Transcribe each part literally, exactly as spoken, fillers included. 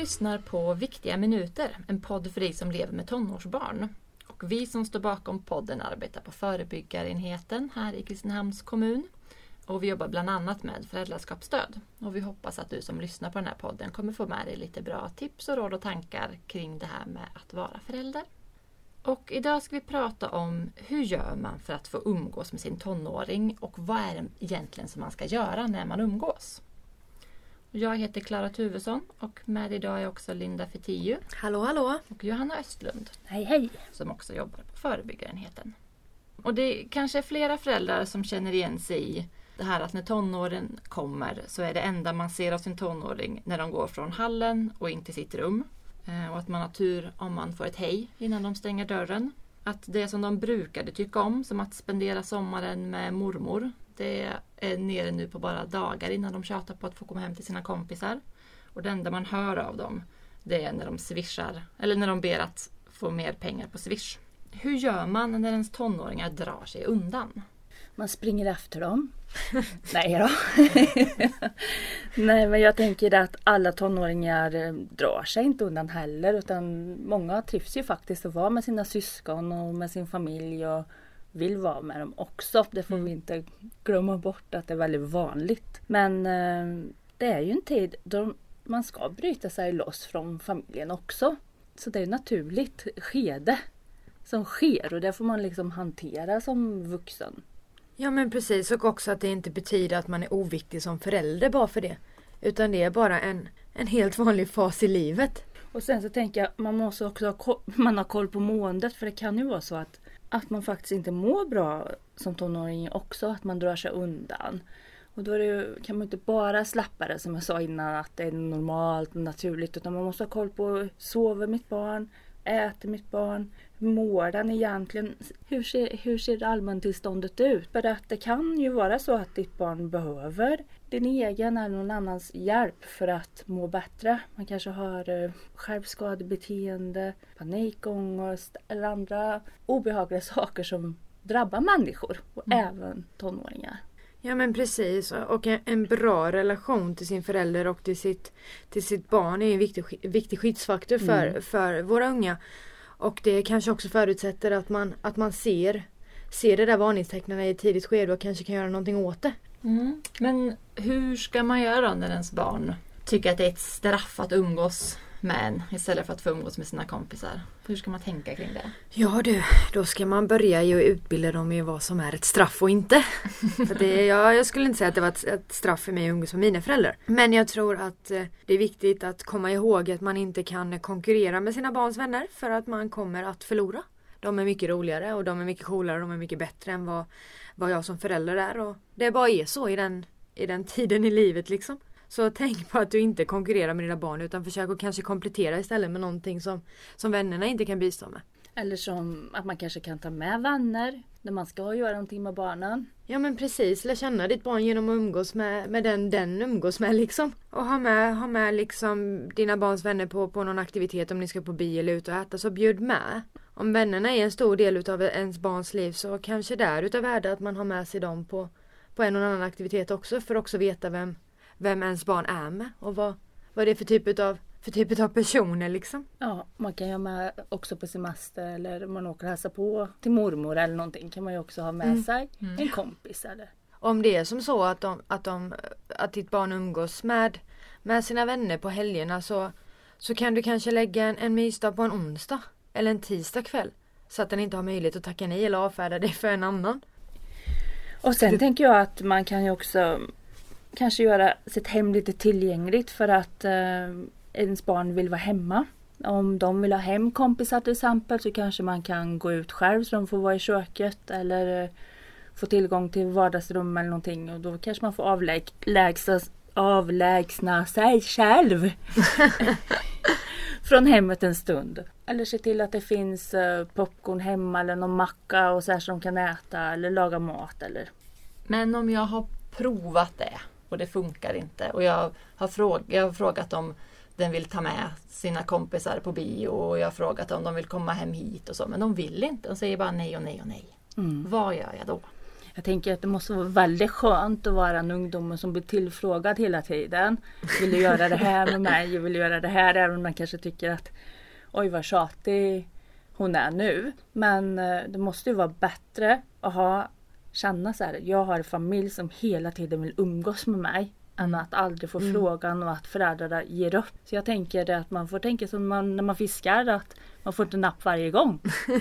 lyssnar på Viktiga minuter, en podd för dig som lever med tonårsbarn. Och vi som står bakom podden arbetar på förebyggarenheten här i Kristinehamns kommun. Och vi jobbar bland annat med föräldraskapsstöd. Och vi hoppas att du som lyssnar på den här podden kommer få med dig lite bra tips och råd och tankar kring det här med att vara förälder. Och idag ska vi prata om hur gör man för att få umgås med sin tonåring och vad är det egentligen som man ska göra när man umgås. Jag heter Clara Tuvesson och med idag är också Linda Fetiu. Hallå, hallå. Och Johanna Östlund. Hej, hej. Som också jobbar på förebyggarenheten. Och det kanske är flera föräldrar som känner igen sig i det här att när tonåren kommer så är det enda man ser av sin tonåring när de går från hallen och in till sitt rum. Och att man har tur om man får ett hej innan de stänger dörren. Att det som de brukade tycka om, som att spendera sommaren med mormor, det är nere nu på bara dagar innan de tjatar på att få komma hem till sina kompisar. Och det enda man hör av dem, det är när de swishar, eller när de ber att få mer pengar på Swish. Hur gör man när ens tonåringar drar sig undan? Man springer efter dem. Nej då. Nej, men jag tänker att alla tonåringar drar sig inte undan heller. Utan många trivs ju faktiskt att vara med sina syskon och med sin familj och vill vara med dem också. Det får vi inte glömma bort att det är väldigt vanligt. Men eh, det är ju en tid då man ska bryta sig loss från familjen också. Så det är ett naturligt skede som sker och det får man liksom hantera som vuxen. Ja, men precis, och också att det inte betyder att man är oviktig som förälder bara för det. Utan det är bara en, en helt vanlig fas i livet. Och sen så tänker jag, man måste också ha koll, man har koll på måendet. För det kan ju vara så att, att man faktiskt inte mår bra som tonåring också. Att man drar sig undan. Och då är det, kan man inte bara släppa det som jag sa innan att det är normalt och naturligt. Utan man måste ha koll på, sover mitt barn? Äter mitt barn? Mår den egentligen? Hur ser, hur ser allmäntillståndet ut? För att det kan ju vara så att ditt barn behöver din egen eller någon annans hjälp för att må bättre. Man kanske har självskadebeteende, panikångest eller andra obehagliga saker som drabbar människor och mm. även tonåringar. Ja, men precis, och en, en bra relation till sin förälder och till sitt, till sitt barn är en viktig, viktig skyddsfaktor för, mm. för våra unga. Och det kanske också förutsätter att man, att man ser, ser det där varningstecknen i ett tidigt skede och kanske kan göra någonting åt det. Mm. Men hur ska man göra när ens barn tycker att det är ett straff att umgås med en istället för att få umgås med sina kompisar? Hur ska man tänka kring det? Ja du, då ska man börja ju utbilda dem i vad som är ett straff och inte. För det, ja, jag skulle inte säga att det var ett, ett straff för mig att umgås med mina föräldrar. Men jag tror att eh, det är viktigt att komma ihåg att man inte kan konkurrera med sina barns vänner för att man kommer att förlora. De är mycket roligare och de är mycket coolare och de är mycket bättre än vad, vad jag som förälder är. Och det bara är så i den, i den tiden i livet liksom. Så tänk på att du inte konkurrerar med dina barn utan försök att kanske komplettera istället med någonting som, som vännerna inte kan bistå med. Eller som att man kanske kan ta med vänner när man ska göra någonting med barnen. Ja, men precis, lär känna ditt barn genom att umgås med, med den den umgås med liksom. Och ha med, ha med liksom dina barns vänner på, på någon aktivitet om ni ska på bio eller ut och äta, så bjud med. Om vännerna är en stor del av ens barns liv så kanske det är utav värde att man har med sig dem på, på en och annan aktivitet också för att också veta vem vem ens barn är med och vad, vad det är för typ av för typ av personer liksom. Ja, man kan ju ha med också på semester eller man åker och hälsa på till mormor eller någonting kan man ju också ha med mm. sig mm. en kompis eller. Om det är som så att de, att de att ditt barn umgås med med sina vänner på helgerna så så kan du kanske lägga en, en mysdag på en onsdag eller en tisdag kväll så att den inte har möjlighet att tacka nej eller avfärda dig för en annan. Och sen det... tänker jag att man kan ju också kanske göra sitt hem lite tillgängligt för att eh, ens barn vill vara hemma. Om de vill ha hem kompisar till exempel så kanske man kan gå ut själv så de får vara i köket eller eh, få tillgång till vardagsrum eller någonting. Och då kanske man får avlägsna, avlägsna sig själv från hemmet en stund. Eller se till att det finns eh, popcorn hemma eller någon macka och så här som de kan äta eller laga mat. Eller. Men om jag har provat det och det funkar inte och jag har, fråg- jag har frågat om den vill ta med sina kompisar på bio och jag har frågat om de vill komma hem hit och så, men de vill inte. De säger bara nej och nej och nej. Mm. Vad gör jag då? Jag tänker att det måste vara väldigt skönt att vara en ungdom som blir tillfrågad hela tiden. Vill du göra det här med mig? Jag vill göra det här, även om man kanske tycker att oj vad tjatig hon är nu. Men det måste ju vara bättre att ha, känna så här, jag har en familj som hela tiden vill umgås med mig. Än att aldrig få mm. frågan och att föräldrarna ger upp. Så jag tänker att man får tänka som man, när man fiskar, att man får inte napp varje gång.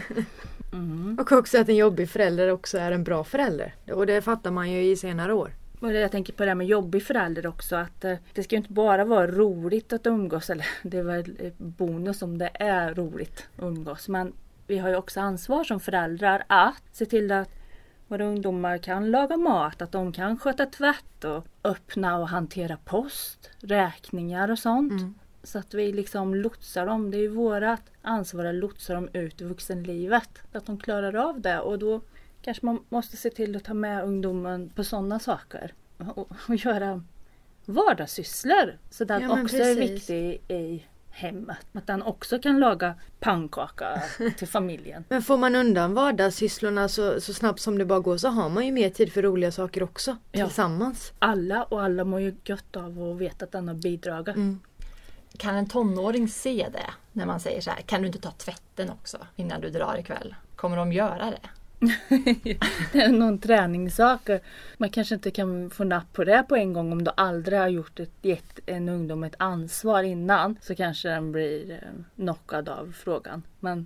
Mm. Och också att en jobbig förälder också är en bra förälder. Och det fattar man ju i senare år. Och jag tänker på det här med jobbig förälder också. Att eh, det ska ju inte bara vara roligt att umgås. Eller det är väl bonus om det är roligt att umgås. Men vi har ju också ansvar som föräldrar att se till att våra ungdomar kan laga mat, att de kan sköta tvätt och öppna och hantera post, räkningar och sånt. Mm. Så att vi liksom lotsar dem. Det är ju vårat ansvar att lotsa dem ut i vuxenlivet. Att de klarar av det. Och då kanske man måste se till att ta med ungdomen på sådana saker. Och, och göra vardagssysslor. Så den ja, också precis. Är viktig i hemmet. Att den också kan laga pannkaka till familjen. Men får man undan vardagssysslorna så, så snabbt som det bara går, så har man ju mer tid för roliga saker också. Ja. Tillsammans. Alla och alla mår ju gött av att veta att den har bidragit. Mm. Kan en tonåring se det när man säger så här, kan du inte ta tvätten också innan du drar ikväll? Kommer de göra det? Det är någon träningssak. Man kanske inte kan få napp på det på en gång om du aldrig har gjort ett, gett en ungdom ett ansvar innan. Så kanske den blir knockad av frågan. Men,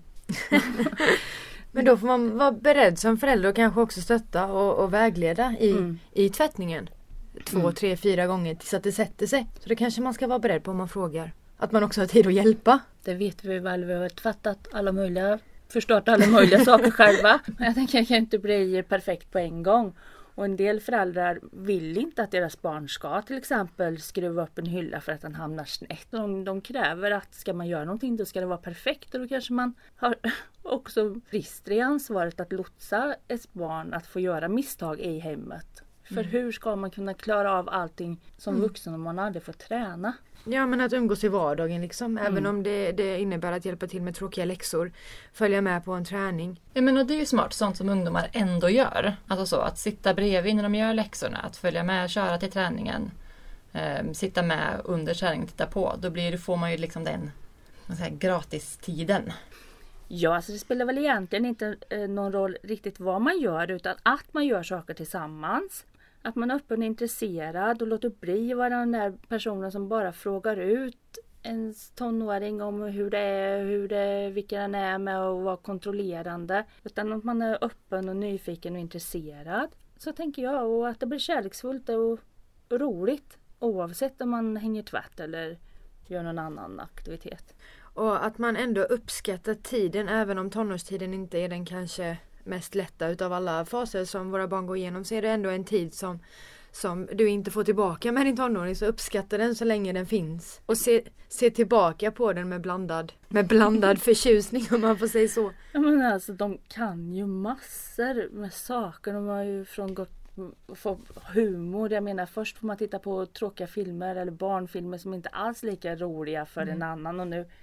Men då får man vara beredd som förälder och kanske också stötta och, och vägleda i, mm. i tvättningen. Två, mm. tre, fyra gånger tills att det sätter sig. Så det kanske man ska vara beredd på om man frågar. Att man också har tid att hjälpa. Det vet vi väl. Vi har tvättat alla möjliga, förstått alla möjliga saker själva. Men jag tänker att det kan inte bli perfekt på en gång. Och en del föräldrar vill inte att deras barn ska till exempel skruva upp en hylla för att den hamnar snett. De, de kräver att ska man göra någonting då ska det vara perfekt. Och då kanske man har också brister i ansvaret att lotsa ett barn att få göra misstag i hemmet. För mm. hur ska man kunna klara av allting som mm. vuxen om man aldrig får träna? Ja, men att umgås i vardagen liksom. Mm. Även om det, det innebär att hjälpa till med tråkiga läxor. Följa med på en träning. Ja, men och det är ju smart, sånt som ungdomar ändå gör. Alltså så, att sitta bredvid när de gör läxorna. Att följa med, köra till träningen. Eh, sitta med under träningen, titta på. Då blir det, får man ju liksom den vad säger, gratistiden. Ja, alltså det spelar väl egentligen inte eh, någon roll riktigt vad man gör. Utan att man gör saker tillsammans. Att man är öppen och intresserad och låter bli vara den där personen som bara frågar ut en tonåring om hur det är, hur det, vilka den är med och vara kontrollerande. Utan att man är öppen och nyfiken och intresserad. Så tänker jag, och att det blir kärleksfullt och roligt oavsett om man hänger tvätt eller gör någon annan aktivitet. Och att man ändå uppskattar tiden även om tonårstiden inte är den kanske mest lätta utav alla faser som våra barn går igenom, så är det ändå en tid som, som du inte får tillbaka med din tonåring, så uppskatta den så länge den finns. Och se, se tillbaka på den med blandad, med blandad förtjusning om man får säga så. Ja, men alltså de kan ju massor med saker. De har ju från gått få humor. Jag menar, först får man titta på tråkiga filmer eller barnfilmer som inte alls är lika roliga för mm. en annan, och nu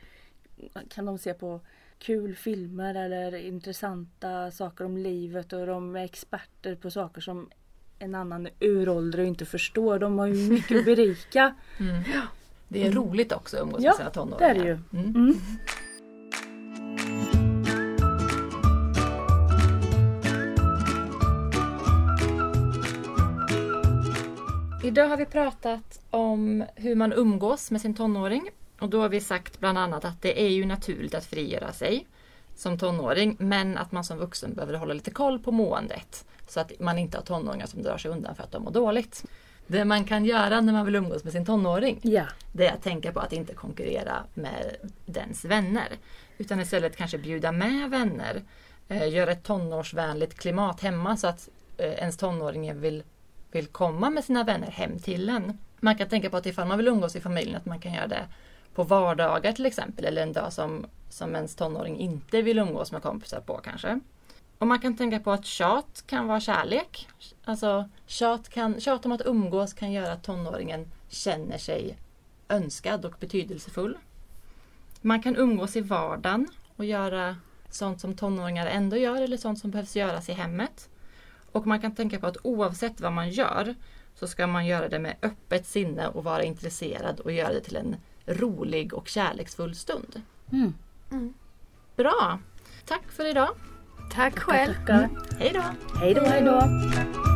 kan de se på kul filmer eller intressanta saker om livet, och de är experter på saker som en annan uråldrig inte förstår. De har ju mycket att berika. Mm. Det är mm. roligt också att umgås med sina tonåringar. Ja, det är det ju. Mm. Mm. Idag har vi pratat om hur man umgås med sin tonåring. Och då har vi sagt bland annat att det är ju naturligt att frigöra sig som tonåring, men att man som vuxen behöver hålla lite koll på måendet så att man inte har tonåringar som drar sig undan för att de mår dåligt. Det man kan göra när man vill umgås med sin tonåring, ja. det är att tänka på att inte konkurrera med dens vänner, utan istället kanske bjuda med vänner, eh, göra ett tonårsvänligt klimat hemma så att eh, ens tonåring vill, vill komma med sina vänner hem till en. Man kan tänka på att ifall man vill umgås i familjen, att man kan göra det på vardagar till exempel, eller en dag som, som ens tonåring inte vill umgås med kompisar på kanske. Och man kan tänka på att tjat kan vara kärlek. Alltså tjat, kan, tjat om att umgås kan göra att tonåringen känner sig önskad och betydelsefull. Man kan umgås i vardagen och göra sånt som tonåringar ändå gör eller sånt som behövs göras i hemmet. Och man kan tänka på att oavsett vad man gör så ska man göra det med öppet sinne och vara intresserad och göra det till en rolig och kärleksfull stund. Mm. Mm. Bra! Tack för idag! Tack själv! Tackar. Hej då! Hej då, hej då!